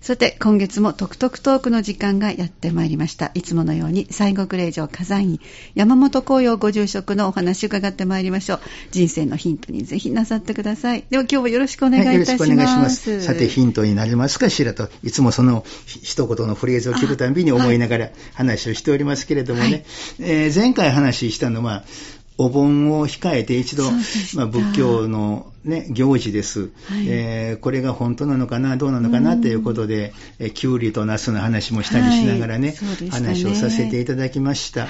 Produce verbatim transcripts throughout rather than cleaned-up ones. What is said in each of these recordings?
さて今月もトクトクトークの時間がやってまいりました。いつものように西国霊場火山院山本光陽ご住職のお話を伺ってまいりましょう。人生のヒントにぜひなさってください。では今日もよろしくお願いいたします。 はい、よろしくお願いします。さてヒントになりますかしらと、いつもその一言のフレーズを聞くたびに思いながら話をしておりますけれどもね、はい、えー、前回話したのはお盆を控えて一度、まあ、仏教の、ね、行事です、はい、えー、これが本当なのかなどうなのかなということで、えー、きゅうりとナスの話もしたりしながらね、はい、ね話をさせていただきました、はい、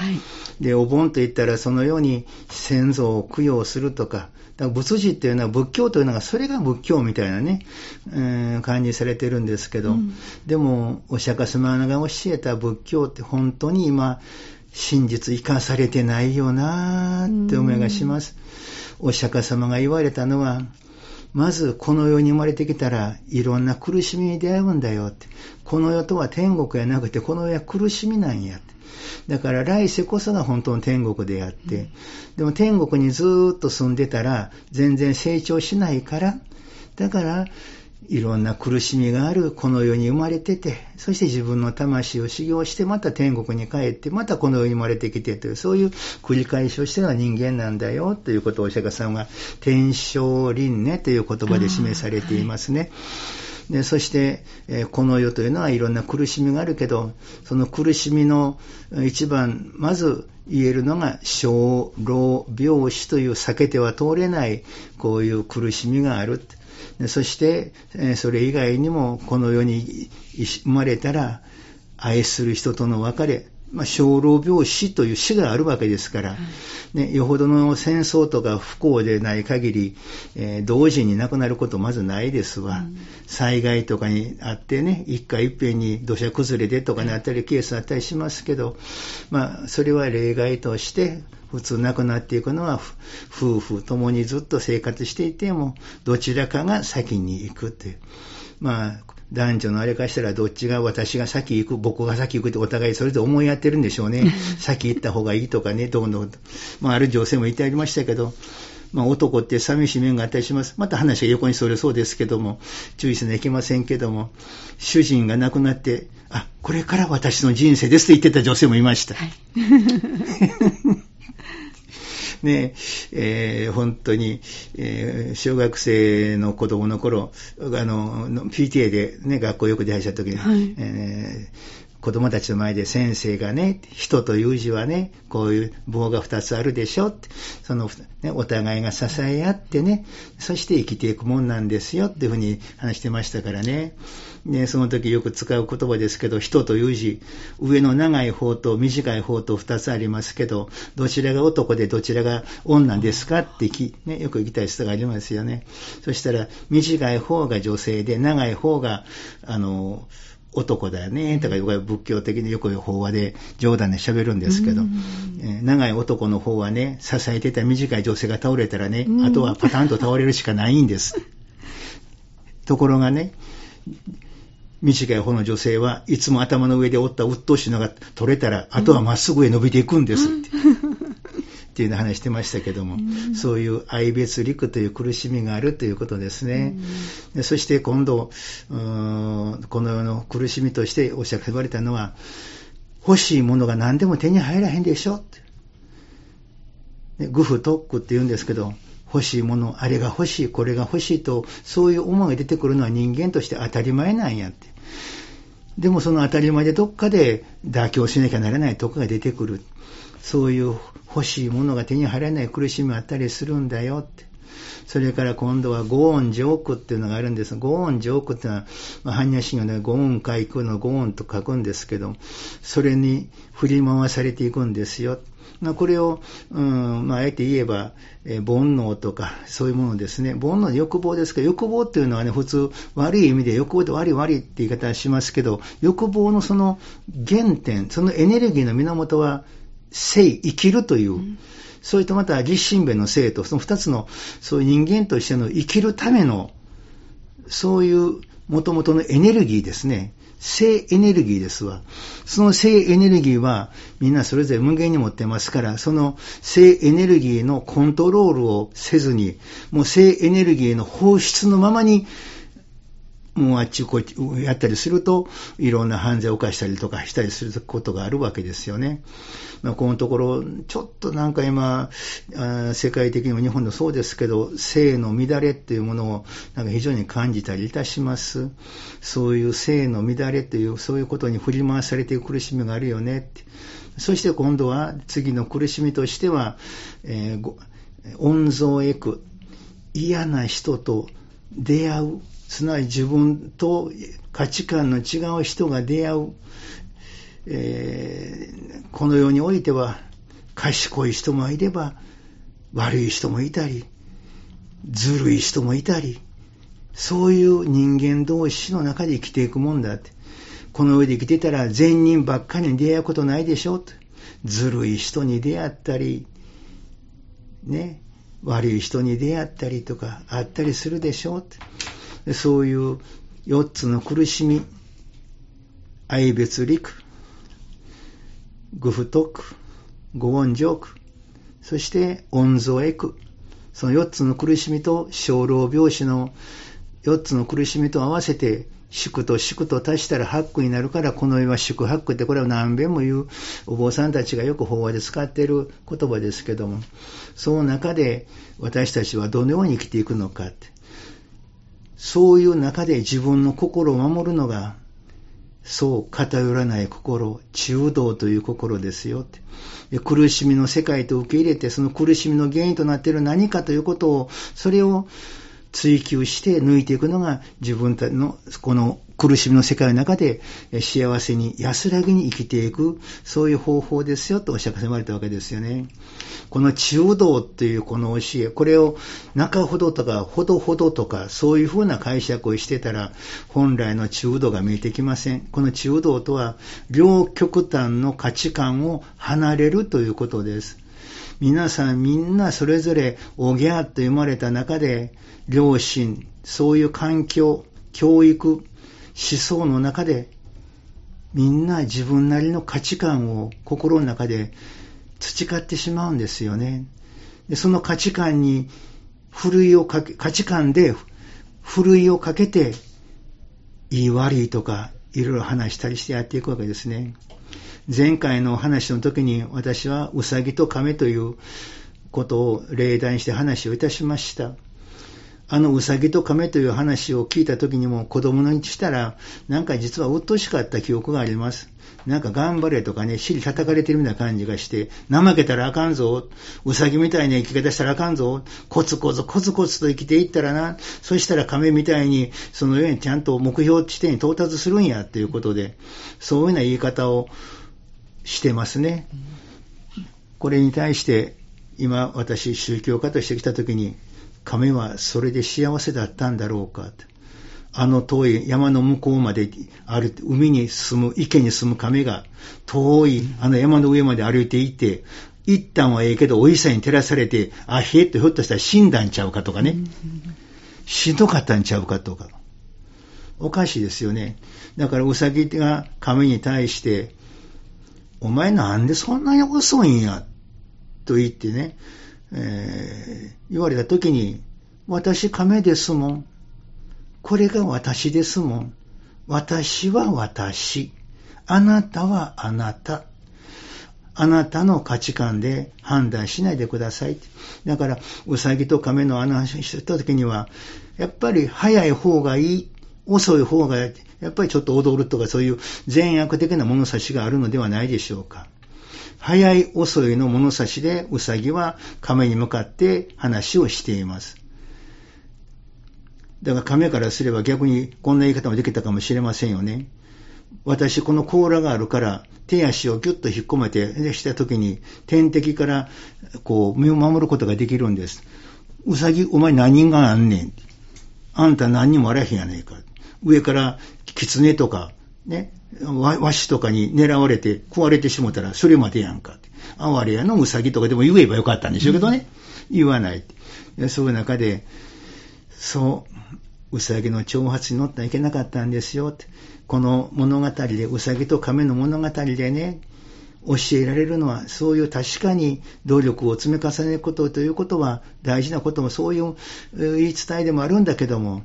でお盆といったらそのように先祖を供養するとか、だから仏事っていうのは仏教というのがそれが仏教みたいなね、えー、感じされてるんですけど、うん、でもお釈迦様が教えた仏教って本当に今真実生かされてないよなーって思いがします。お釈迦様が言われたのは、まずこの世に生まれてきたらいろんな苦しみに出会うんだよって。この世とは天国やなくてこの世は苦しみなんやって。だから来世こそが本当の天国であって、うん、でも天国にずーっと住んでたら全然成長しないから、だからいろんな苦しみがあるこの世に生まれてて、そして自分の魂を修行してまた天国に帰ってまたこの世に生まれてきてという、そういう繰り返しをしての人間なんだよということをお釈迦さんは天正輪廻という言葉で示されていますね。でそして、えー、この世というのはいろんな苦しみがあるけど、その苦しみの一番まず言えるのが生老病死という避けては通れないこういう苦しみがある。そしてそれ以外にもこの世に生まれたら愛する人との別れ、まあ、生老病死という死があるわけですから、ね、よほどの戦争とか不幸でない限り、えー、同時に亡くなることまずないですわ、うん、災害とかにあってね、一回一遍に土砂崩れでとかにあったりケースあったりしますけど、まあそれは例外として普通亡くなっていくのは夫婦ともにずっと生活していてもどちらかが先に行くっていう、まあ男女のあれかしたらどっちが私が先行く僕が先行くってお互いそれぞれ思い合ってるんでしょうね先行った方がいいとかね、どうの、まあある女性も言ってありましたけど、まあ男って寂しい面があったりします。また話が横にそれそうですけども、注意しなきゃいけませんけども、主人が亡くなってあこれから私の人生ですと言ってた女性もいました、はいねえー、本当に、えー、小学生の子供の頃、あの ピーティーエー で、ね、学校よく出入った時に、はい、えー、子供たちの前で先生がね、人という字はね、こういう棒が二つあるでしょって、その、ね、お互いが支え合ってね、そして生きていくもんなんですよっていうふうに話してましたからね。ね、その時よく使う言葉ですけど、人という字、上の長い方と短い方と二つありますけど、どちらが男でどちらが女ですかってき、ね、よく聞きたい人がありますよね。そしたら短い方が女性で長い方があの男だよねとか、仏教的によく法話で冗談で喋るんですけど、えー、長い男の方はね、支えてた短い女性が倒れたらね、あとはパタンと倒れるしかないんですところがね、短い方の女性はいつも頭の上で折った鬱陶しいのが取れたら、あとはまっすぐへ伸びていくんですって、うん、っていうの話してましたけども、うん、そういう愛別離苦という苦しみがあるということですね、うん、でそして今度うーんこの世の苦しみとしておっしゃられたのは、欲しいものが何でも手に入らへんでしょって、ね、愚不特苦って言うんですけど、欲しいもの、あれが欲しい、これが欲しいと、そういう思いが出てくるのは人間として当たり前なんやって。でもその当たり前でどっかで妥協しなきゃならないとこが出てくる。そういう欲しいものが手に入らない苦しみがあったりするんだよって。それから今度は五音浄苦っていうのがあるんです。五音浄苦っていうのは、まあ、般若心経で五音回空の五音と書くんですけど、それに振り回されていくんですよ。まあ、これを、うん、まあ、あえて言えば、えー、煩悩とか、そういうものですね。煩悩欲望ですけど、欲望っていうのはね、普通、悪い意味で欲望で悪い悪いって言い方はしますけど、欲望のその原点、そのエネルギーの源は、生、生きるという、うん、それとまた立身弁の生と、その二つの、そういう人間としての生きるための、そういう元々のエネルギーですね。生エネルギーですわ。その生エネルギーはみんなそれぞれ無限に持ってますから、その生エネルギーのコントロールをせずに、もう生エネルギーの放出のままにもうあっちこっちやったりすると、いろんな犯罪を犯したりとかしたりすることがあるわけですよね。まあ、このところ、ちょっとなんか今、あ世界的にも日本もそうですけど、性の乱れっていうものをなんか非常に感じたりいたします。そういう性の乱れという、そういうことに振り回されている苦しみがあるよねって。そして今度は次の苦しみとしては、えー、温存へく、嫌な人と出会う。すなわち自分と価値観の違う人が出会う、えー、この世においては賢い人もいれば悪い人もいたり、ずるい人もいたり、そういう人間同士の中で生きていくもんだって。この上で生きてたら善人ばっかりに出会うことないでしょと。ずるい人に出会ったりね、悪い人に出会ったりとかあったりするでしょと。そういうよっつの苦しみ、愛別離苦、愚不徳、五音浄苦、そして温存へ苦、そのよっつの苦しみと生老病死のよっつの苦しみと合わせて宿と宿と足したら八苦になるから、この世は宿八苦って、これは何遍も言うお坊さんたちがよく法話で使っている言葉ですけども、その中で私たちはどのように生きていくのかって、そういう中で自分の心を守るのが、そう偏らない心、中道という心ですよって。で、苦しみの世界と受け入れて、その苦しみの原因となっている何かということを、それを追求して抜いていくのが自分たちのこの苦しみの世界の中で幸せに安らぎに生きていく、そういう方法ですよとおっしゃられたわけですよね。この中道というこの教え、これを中ほどとかほどほどとかそういうふうな解釈をしてたら本来の中道が見えてきません。この中道とは両極端の価値観を離れるということです。皆さんみんなそれぞれおぎゃーと生まれた中で両親、そういう環境、教育、思想の中でみんな自分なりの価値観を心の中で培ってしまうんですよね。で、その価値観にふるいをかけ、価値観でふるいをかけていい悪いとかいろいろ話したりしてやっていくわけですね。前回の話の時に私はウサギとカメということを例題にして話をいたしました。あのウサギとカメという話を聞いた時にも子供にしたらなんか実はうっとしかった記憶があります。なんか頑張れとかね、尻叩かれてるみたいな感じがして、怠けたらあかんぞ、ウサギみたいな生き方したらあかんぞ、コツコツコツコツと生きていったらな、そしたらカメみたいにそのようにちゃんと目標地点に到達するんやということで、そういうような言い方をしてますね。これに対して今私宗教家としてきたときに、亀はそれで幸せだったんだろうかと。あの遠い山の向こうまである海に住む池に住む亀が遠いあの山の上まで歩いていって一旦はええけどお医者に照らされてあへえっとひょっとしたら死んだんちゃうかとかね、しんどかったんちゃうかとか、おかしいですよね。だからウサギが亀に対してお前なんでそんなに遅いんやと言ってね、えー、言われたときに私亀ですもん、これが私ですもん、私は私、あなたはあなた、あなたの価値観で判断しないでください。だからウサギと亀のあの話したときにはやっぱり早い方がいい、遅い方がやっぱりちょっと踊るとかそういう善悪的な物差しがあるのではないでしょうか。早い遅いの物差しでウサギは亀に向かって話をしています。だから亀からすれば逆にこんな言い方もできたかもしれませんよね。私この甲羅があるから手足をギュッと引っ込めてしたときに天敵からこう身を守ることができるんです。ウサギお前何人があんねん、あんた何人もあらへんやねえか、上から狐とかねワシとかに狙われて食われてしもたらそれまでやんか、哀れやのウサギとかでも言えばよかったんでしょうけどね、うん、言わない。そういう中でそうウサギの挑発に乗ったらいけなかったんですよって。この物語でウサギと亀の物語でね教えられるのはそういう確かに努力を積み重ねることということは大事なこともそういう言い伝えでもあるんだけども、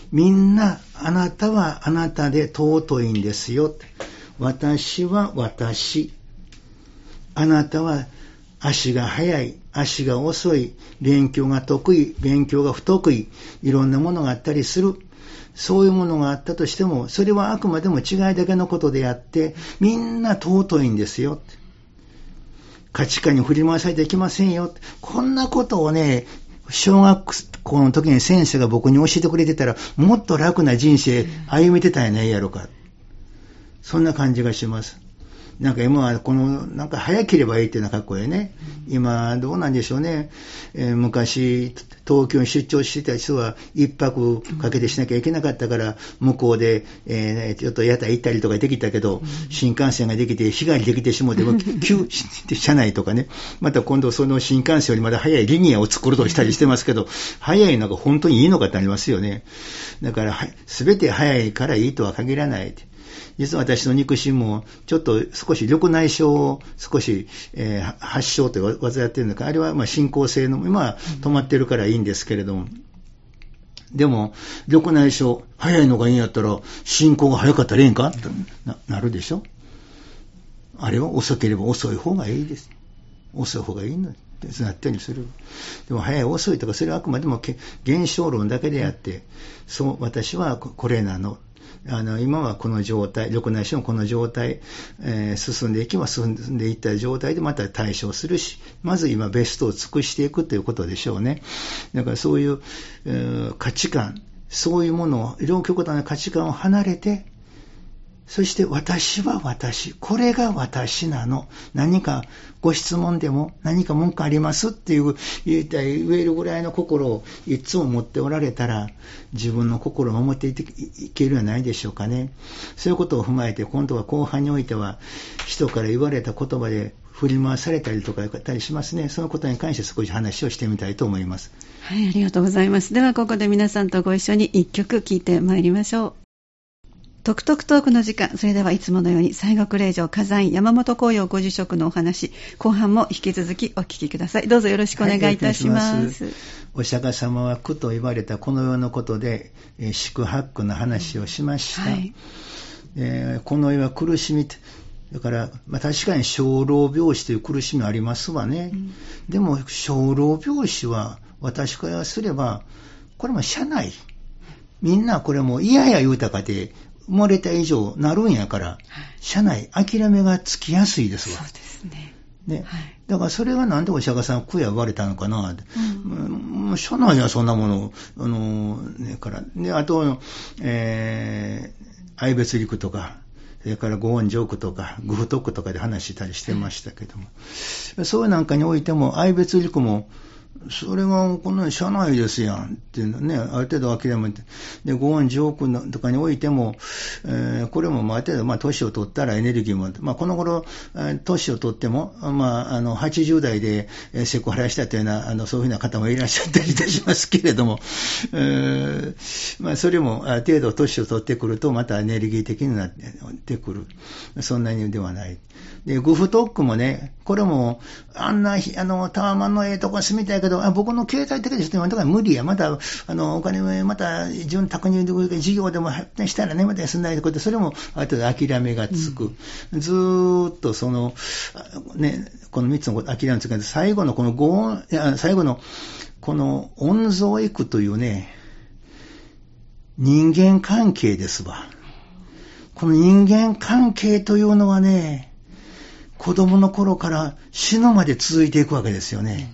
みんなあなたはあなたで尊いんですよ。私は私。あなたは足が速い、足が遅い、勉強が得意、勉強が不得意、いろんなものがあったりする。そういうものがあったとしても、それはあくまでも違いだけのことであって、みんな尊いんですよ。価値観に振り回されていきませんよ。こんなことをね、小学校の時に先生が僕に教えてくれてたら、もっと楽な人生歩めてたんやないやろか。そんな感じがします。なんか今はこのなんか早ければいいっていうような格好でね、今どうなんでしょうね、えー、昔東京に出張してた人は一泊かけてしなきゃいけなかったから向こうで、えー、ちょっと屋台行ったりとかできたけど、新幹線ができて日帰りできてしもうて急車内とかね、また今度その新幹線よりまだ早いリニアを作ろうとしたりしてますけど、早いのが本当にいいのかってありますよね。だから全て早いからいいとは限らない。実は私の肉親もちょっと少し緑内障を少し、えー、発症という技やってるのか、あれはまあ進行性の今は止まってるからいいんですけれども、でも緑内障早いのがいいんやったら進行が早かったらいいんかと な, なるでしょ。あれは遅ければ遅い方がいいです。遅い方がいいのってなったりする。でも早い遅いとかそれはあくまでも現象論だけであって、そう私はこれなの。あの今はこの状態、緑内障もこの状態、えー、進んでいけば進んでいった状態でまた対処するし、まず今ベストを尽くしていくということでしょうね。だからそういう、えー、価値観、そういうものを、両極端な価値観を離れて、そして私は私、これが私なの。何かご質問でも何か文句ありますっていう言いたい言えるぐらいの心をいつも持っておられたら、自分の心を守っていけるんじゃないでしょうかね。そういうことを踏まえて、今度は後半においては人から言われた言葉で振り回されたりとかたりしますね。そのことに関して少し話をしてみたいと思います。 はい、ありがとうございます。ではここで皆さんとご一緒に一曲聴いてまいりましょう。トクトクトークの時間、それではいつものように西国霊場火山院山本光陽ご住職のお話、後半も引き続きお聞きください。どうぞよろしくお願いいたします。はい、ますお釈迦様は苦と言われたこの世のことで、えー、四苦八苦の話をしました。はい、えー、この世は苦しみ、だから、まあ、確かに生老病死という苦しみありますわね。うん、でも生老病死は私からすればこれも社内、みんなこれも嫌や言うたかで生まれた以上なるんやから、はい、社内諦めがつきやすいですわ。 そうですね。 ね、はい、だからそれはなんでお釈迦さん苦や言われたのかなって、うん、社内はそんなもの、あのねからで、あと、えー、愛別陸とか、それから五音浄句とか愚不徳とかで話したりしてましたけども、はい、そういうなんかにおいても愛別陸もそれがこの社内ですやんっていうのね、ある程度諦めて、で五音浄句とかにおいても、えー、これもまあある程度まあ年を取ったらエネルギーも、まあこの頃年を取ってもまああのはちじゅう代でセクハラしたというようなあのそういうふうな方もいらっしゃったりいたしますけれども、えー、まあそれもある程度年を取ってくるとまたエネルギー的になってくる、そんなにではない。で愚不特区もね、これもあんなあのタワマンのええとこ住みたいけど、あ僕の経済的にしてもだから無理や、またあのお金また潤沢に事業でも発展したらね、また住んないとこで、それもあとで諦めがつく、うん、ずーっとそのねこのみっつのこと諦めつくけど、最後のこのご音最後のこの音像いくというね人間関係ですわ。この人間関係というのはね、子供の頃から死ぬまで続いていくわけですよね。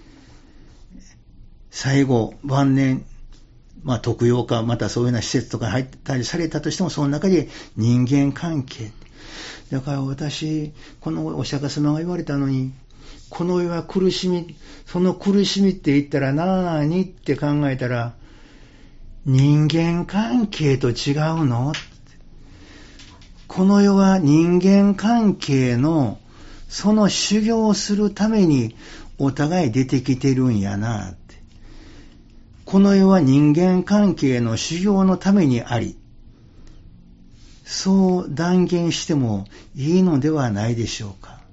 最後、晩年、まあ特養か、またそういうような施設とか入ったりされたとしても、その中で人間関係。だから私、このお釈迦様が言われたのに、この世は苦しみ、その苦しみって言ったら何って考えたら、人間関係と違うの？この世は人間関係のその修行をするためにお互い出てきてるんやなって。この世は人間関係の修行のためにあり、そう断言してもいいのではないでしょうか。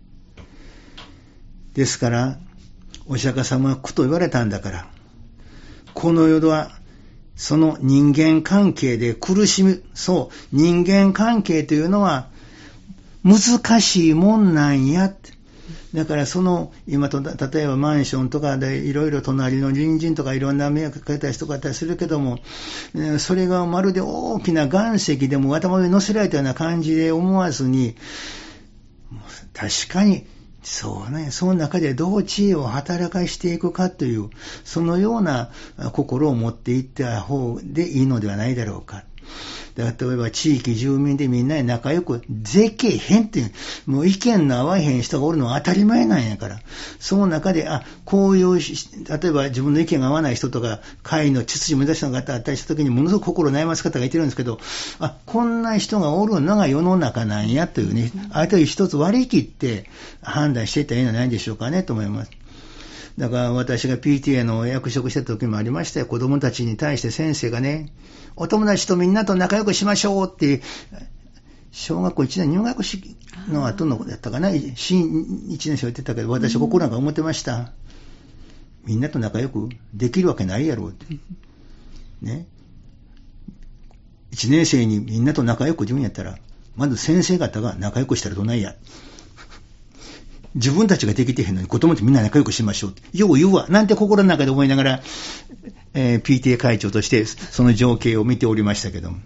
ですからお釈迦様は苦と言われたんだから、この世はその人間関係で苦しみ、そう、人間関係というのは難しいもんなんやって。だからその、今と、例えばマンションとかでいろいろ隣の隣人とかいろんな迷惑かけた人がいたりするけども、それがまるで大きな岩石でも頭上に乗せられたような感じで思わずに、確かに、そうね、その中でどう知恵を働かしていくかという、そのような心を持っていった方でいいのではないだろうか。例えば地域住民でみんなで仲良くできへんっていう、もう意見の合わへん人がおるのは当たり前なんやから、その中で、あ、こういう、例えば自分の意見が合わない人とか、会の秩序を目指した方があったりしたときにものすごく心を悩ます方がいてるんですけど、あ、こんな人がおるのが世の中なんやというね、あと一つ割り切って判断していったらいいんじゃないでしょうかねと思います。だから私が ピーティーエー の役職してた時もありましたよ。子供たちに対して先生がね、お友達とみんなと仲良くしましょうって、小学校いちねん入学式の後のやったかな、新いちねん生言ってたけど、私心なんか思ってました。みんなと仲良くできるわけないやろうって。ね。いちねん生にみんなと仲良く言うんやったら、まず先生方が仲良くしたらどないや。自分たちができてへんのに子供とみんな仲良くしましょうって。よう言うわ。なんて心の中で思いながら、えー、ピーティーエー 会長としてその情景を見ておりましたけども。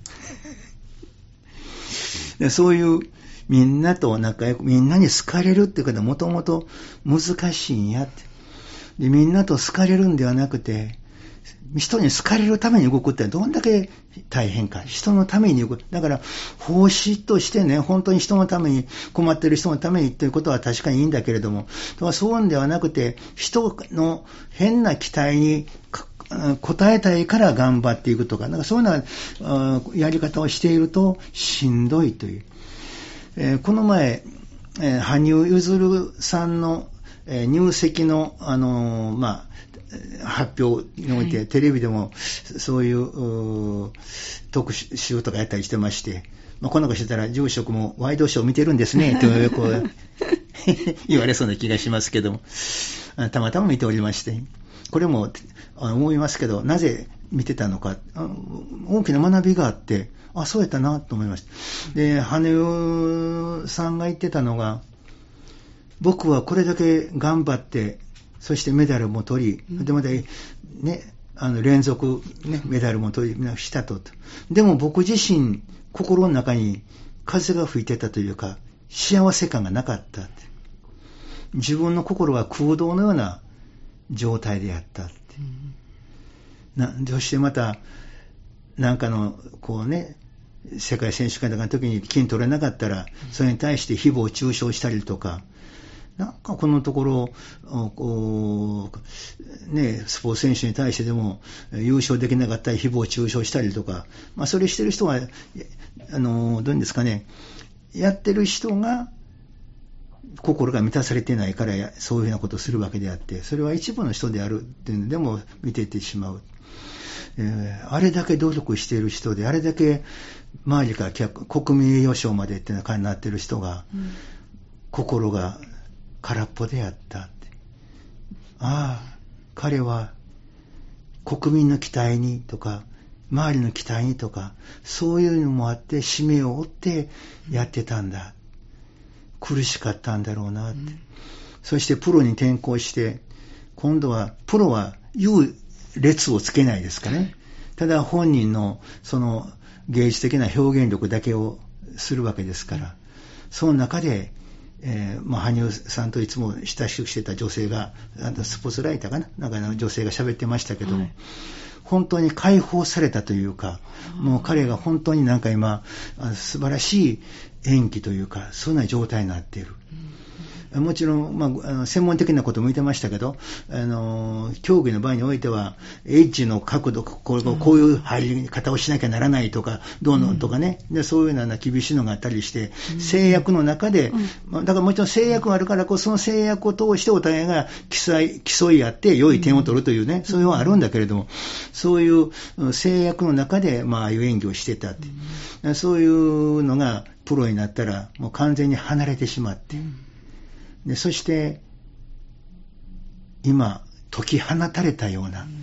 そういうみんなと仲良く、みんなに好かれるっていうことはもともと難しいんやって。で、みんなと好かれるんではなくて、人に好かれるために動くってどんだけ大変か。人のために動く。だから、奉仕としてね、本当に人のために、困っている人のためにということは確かにいいんだけれども、そういうんではなくて、人の変な期待に応えたいから頑張っていくとか、なんかそういうようなやり方をしているとしんどいという。えー、この前、えー、羽生結弦さんの、えー、入籍の、あのー、まあ、発表において、はい、テレビでもそういう、う特集とかやったりしてまして、まあ、こんなことしてたら住職もワイドショー見てるんですねとこう言われそうな気がしますけども、たまたま見ておりまして、これも思いますけど、なぜ見てたのか、大きな学びがあって、あ、そうやったなと思いました。で、羽生さんが言ってたのが、僕はこれだけ頑張ってそしてメダルも取り、でまたね、あの連続、ね、メダルも取りしたと。でも僕自身、心の中に風が吹いてたというか、幸せ感がなかったって。自分の心は空洞のような状態であったって。なそしてまた、なんかの、こうね、世界選手権とかの時に金取れなかったら、それに対して誹謗中傷したりとか、なんかこのところ、こう、ね、スポーツ選手に対してでも優勝できなかったり、誹謗中傷したりとか、まあそれしてる人は、あの、どういうんですかね、やってる人が心が満たされてないから、そういうふうなことをするわけであって、それは一部の人であるっていうのでも見ていってしまう。えー、あれだけ努力している人で、あれだけ周りから国民栄誉賞までっていう感じになっている人が、うん、心が空っぽであったって。ああ、彼は国民の期待にとか、周りの期待にとか、そういうのもあって使命を負ってやってたんだ。苦しかったんだろうなって。うん、そしてプロに転向して、今度はプロは言う列をつけないですかね。ただ本人のその芸術的な表現力だけをするわけですから、その中で、えーまあ、羽生さんといつも親しくしてた女性が、スポーツライターかな、なんかの女性が喋ってましたけども、はい、本当に解放されたというか、もう彼が本当になんか今、素晴らしい演技というか、そんな状態になっている。うん、もちろん、まあ、あの専門的なことも言ってましたけど、あの競技の場合においては、エッジの角度、こう、こういう入り方をしなきゃならないとか、どうのとかね、でそういうような厳しいのがあったりして、うん、制約の中で、うん、だからもちろん制約があるからこそ、その制約を通してお互いが競い、競い合って良い点を取るというね、うん、そういうのはあるんだけれども、そういう制約の中で、まあ、ああいう演技をしてたって、うん、そういうのがプロになったら、もう完全に離れてしまって、うんでそして今解き放たれたような、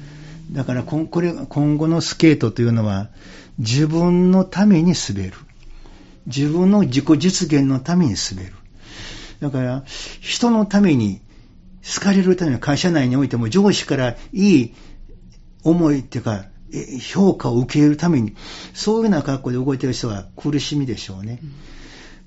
だからここれ今後のスケートというのは自分のために滑る。自分の自己実現のために滑る。だから人のために好かれるために会社内においても上司からいい思いっていうか評価を受けるためにそういうような格好で動いている人は苦しみでしょうね。うん、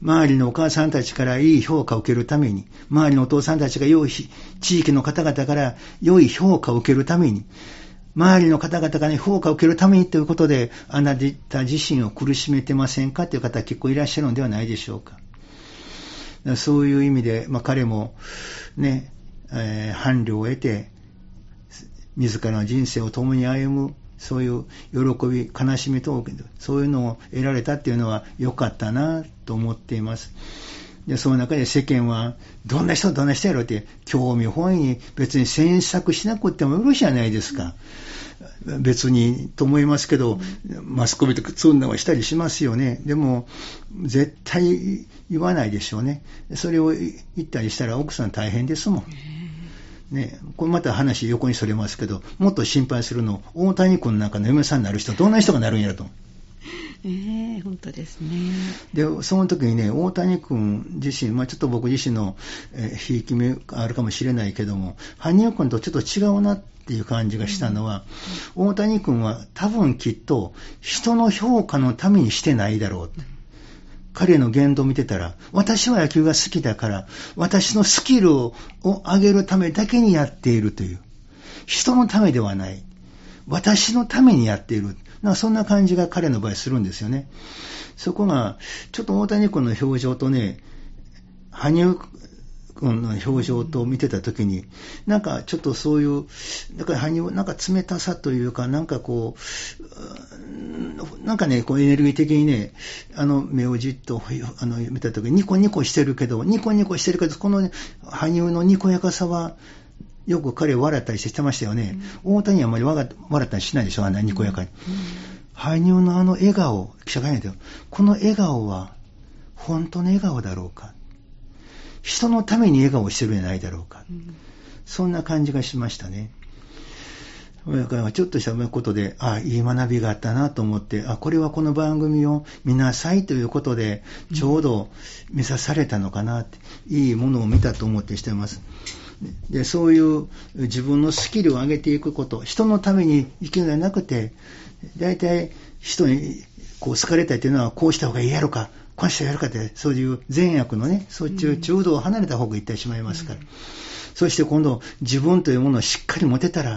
周りのお母さんたちからいい評価を受けるために、周りのお父さんたちが良い地域の方々から良い評価を受けるために、周りの方々から評価を受けるためにということで、あなた自身を苦しめてませんかという方は結構いらっしゃるのではないでしょうか。そういう意味で、まあ、彼もね、えー、伴侶を得て、自らの人生を共に歩む、そういう喜び、悲しみと、そういうのを得られたっていうのは良かったなと思っています。で、その中で世間は、どんな人どんな人やろうって、興味本位に別に詮索しなくてもよろしいじゃないですか。別にと思いますけど、マスコミとかそんなのはしたりしますよね。でも、絶対言わないでしょうね。それを言ったりしたら奥さん大変ですもん。ね、これまた話横にそれますけど、もっと心配するの、大谷君なんかの嫁さんになる人、どんな人がなるんやろと。 えー、本当ですね。 で、その時にね、大谷君自身、まあちょっと僕自身の、えー、ひいき目があるかもしれないけども、羽生君とちょっと違うなっていう感じがしたのは、うん、大谷君は多分きっと人の評価のためにしてないだろうって。彼の言動を見てたら、私は野球が好きだから、私のスキルを上げるためだけにやっているという。人のためではない。私のためにやっている。なんかそんな感じが彼の場合するんですよね。そこが、ちょっと大谷君の表情とね、羽生君の表情と見てたときに、なんかちょっとそういう、だから羽生、なんか冷たさというか、なんかこう、なんかね、こうエネルギー的にね、あの目をじっとあの見たときに、ニコニコしてるけど、ニコニコしてるけど、この、ね、羽生のにこやかさは、よく彼笑ったりしてましたよね。うん、大谷はあまり笑ったりしないでしょ、あんなにこやかに。うんうん、羽生のあの笑顔、記者会見で、この笑顔は本当の笑顔だろうか。人のために笑顔をしてるんじゃないだろうか。うん、そんな感じがしましたね。だからちょっとしたことで、あ、いい学びがあったなと思って、あ、これはこの番組を見なさいということで、ちょうど見さされたのかなって、うん、いいものを見たと思ってしています。で、そういう自分のスキルを上げていくこと、人のために生きるのではなくて、大体人にこう好かれたいというのはこうした方がいいやろか、こうした方がいいやろかって、そういう善悪のね、そっち中道を離れた方がいってしまいますから、うん、そして今度自分というものをしっかり持てたら、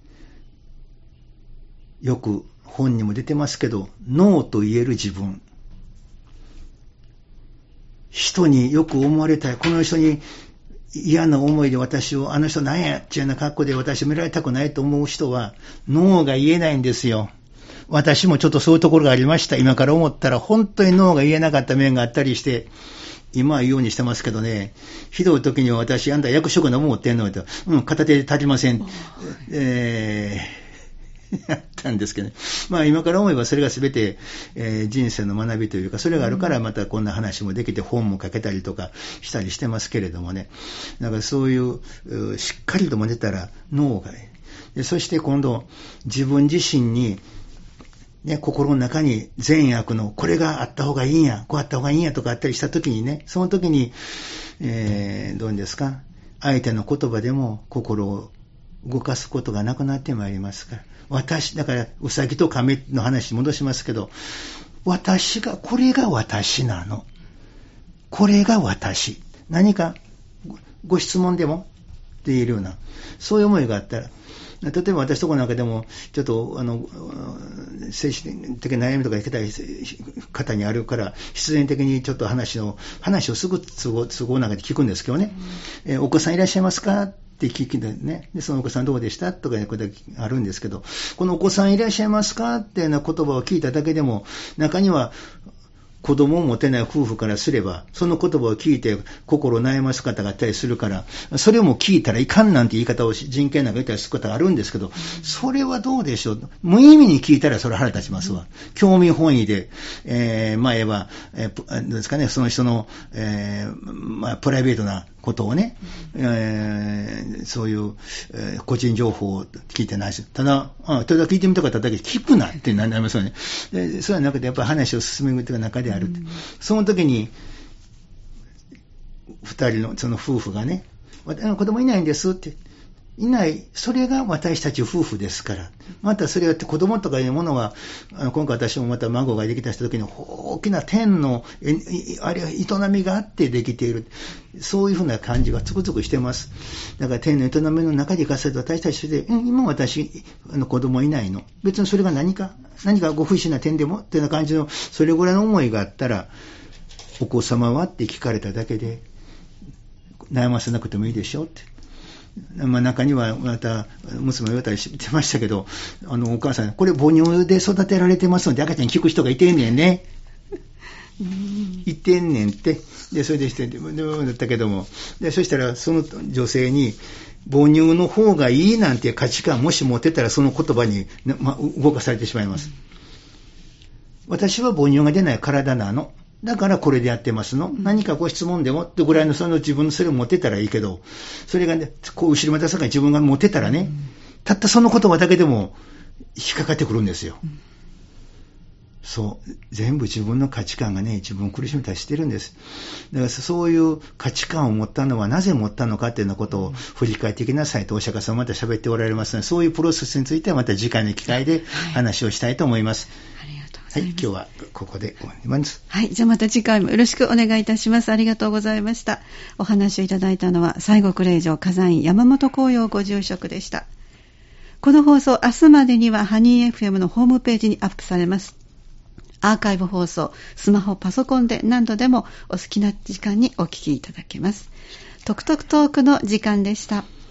よく本にも出てますけど、ノーと言える自分、人によく思われたい、この人に嫌な思いで私を、あの人なんやっていうような格好で私を見られたくないと思う人は、ノーが言えないんですよ。私もちょっとそういうところがありました。今から思ったら本当にノーが言えなかった面があったりして、今は言うようにしてますけどね、ひどい時には私、あんた役職のもん持ってんのと、うん、片手で立ちません。えーやったんですけどね。まあ今から思えばそれが全て、えー、人生の学びというか、それがあるからまたこんな話もできて本も書けたりとかしたりしてますけれどもね。だからそういう、しっかりと持てたら脳がね。で、そして今度自分自身に、ね、心の中に善悪のこれがあった方がいいんや、こうあった方がいいんやとかあったりした時にね、その時に、えー、どうですか、相手の言葉でも心を動かすことがなくなってまいりますから。私、だから、うさぎと亀の話に戻しますけど、私が、これが私なの。これが私。何かご、ご質問でもって言えるような、そういう思いがあったら、例えば私とこなんかでも、ちょっと、あの、精神的な悩みとか受けたい方にあるから、必然的にちょっと話の、話をすぐ都合、都合なんかで聞くんですけどね、うん、えー、お子さんいらっしゃいますかって聞きでね、でそのお子さんどうでしたとかいうことがあるんですけど、このお子さんいらっしゃいますかっていうような言葉を聞いただけでも、中には子供を持てない夫婦からすれば、その言葉を聞いて心を悩ます方があったりするから、それも聞いたらいかんなんて言い方を人権なんか言ったりすることがあるんですけど、それはどうでしょう。無意味に聞いたらそれ腹立ちますわ。興味本位で、えー、前は、えー、ですかね、その人の、えーまあ、プライベートなことをね、えー、そういう、えー、個人情報を聞いてないし、ただ、あ、ただ聞いてみたかっただけ聞くなってなりますよね。で、そういう中でやっぱり話を進めるという中である。うん、その時に、二人のその夫婦がね、子供いないんですって。いない、それが私たち夫婦ですから。またそれは子供とかいうものは、あの今回私もまた孫ができた時に大きな天のあれは営みがあってできている。そういうふうな感じがつくづくしてます。だから天の営みの中で生かされた私たちで、うん、今私、あの子供いないの。別にそれが何か、何かご不審な点でもっていうような感じの、それぐらいの思いがあったら、お子様はって聞かれただけで、悩ませなくてもいいでしょって。まあ、中にはまた娘が言われたりしてましたけど、あのお母さん、これ母乳で育てられてますので赤ちゃんに聞く人がいてんねんね。いてんねんって。で、それでして、だったけども、で、そしたらその女性に、母乳の方がいいなんて価値観もし持ってたらその言葉に、まあ、動かされてしまいます。私は母乳が出ない体なの。だからこれでやってますの。何かご質問でもってぐらいのその自分のそれを持ってたらいいけど、それがね、こう後ろめたさが自分が持ってたらね、たったその言葉だけでも引っかかってくるんですよ。そう。全部自分の価値観がね、自分を苦しめたりしてるんです。だからそういう価値観を持ったのはなぜ持ったのかっていうようなことを振り返っていきなさいとお釈迦様また喋っておられますので、そういうプロセスについてはまた次回の機会で話をしたいと思います。 はい、ありがとうごはい、今日はここで終わります。 はい、じゃあまた次回もよろしくお願いいたします。ありがとうございました。お話をいただいたのは西国霊場火山院山本光陽ご住職でした。この放送、明日までにはハニー エフエム のホームページにアップされます。アーカイブ放送、スマホ、パソコンで何度でもお好きな時間にお聞きいただけます。トクトクトークの時間でした。